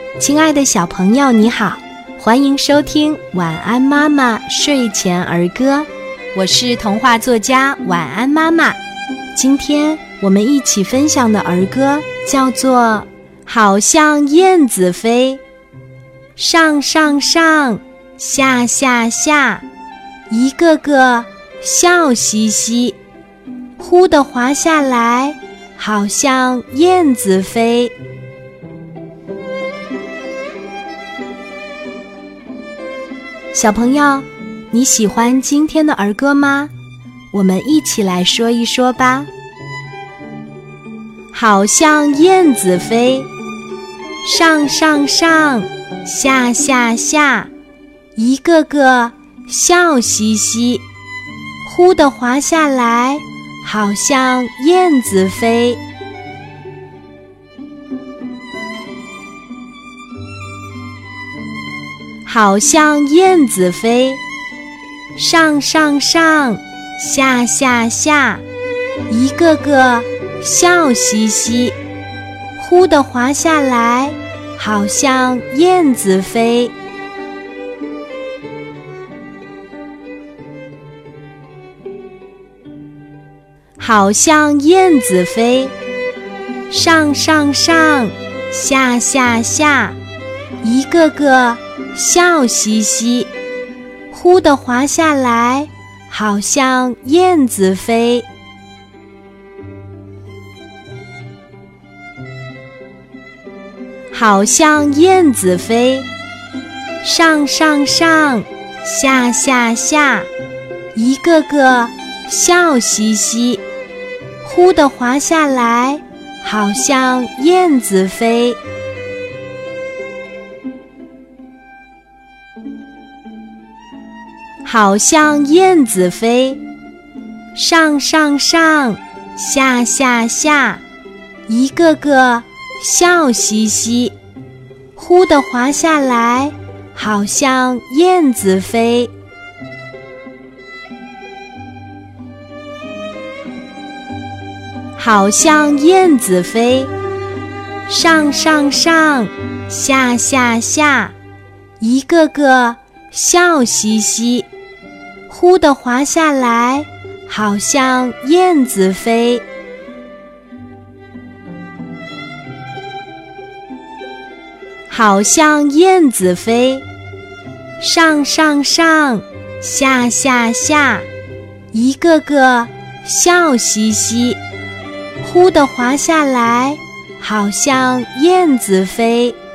亲爱的小朋友你好，欢迎收听晚安妈妈睡前儿歌，我是童话作家晚安妈妈。今天我们一起分享的儿歌叫做好像燕子飞，上上上，下下下，一个个笑嘻嘻，忽地滑下来，好像燕子飞。小朋友，你喜欢今天的儿歌吗？我们一起来说一说吧。好像燕子飞，上上上，下下下，一个个笑嘻嘻，忽地滑下来，好像燕子飞。好像燕子飞，上上上，下下下，一个个笑嘻嘻，忽地滑下来，好像燕子飞。好像燕子飞，上上上，下下下，一个个笑嘻嘻，忽地滑下来，好像燕子飞。好像燕子飞，上上上，下下下，一个个笑嘻嘻，忽地滑下来，好像燕子飞。好像燕子飞，上上上，下下下，一个个笑嘻嘻，忽地滑下来，好像燕子飞。好像燕子飞，上上上，下下下，一个个笑嘻嘻，忽地滑下来，好像燕子飞。好像燕子飞，上上上，下下下，一个个笑嘻嘻，忽地滑下来，好像燕子飞。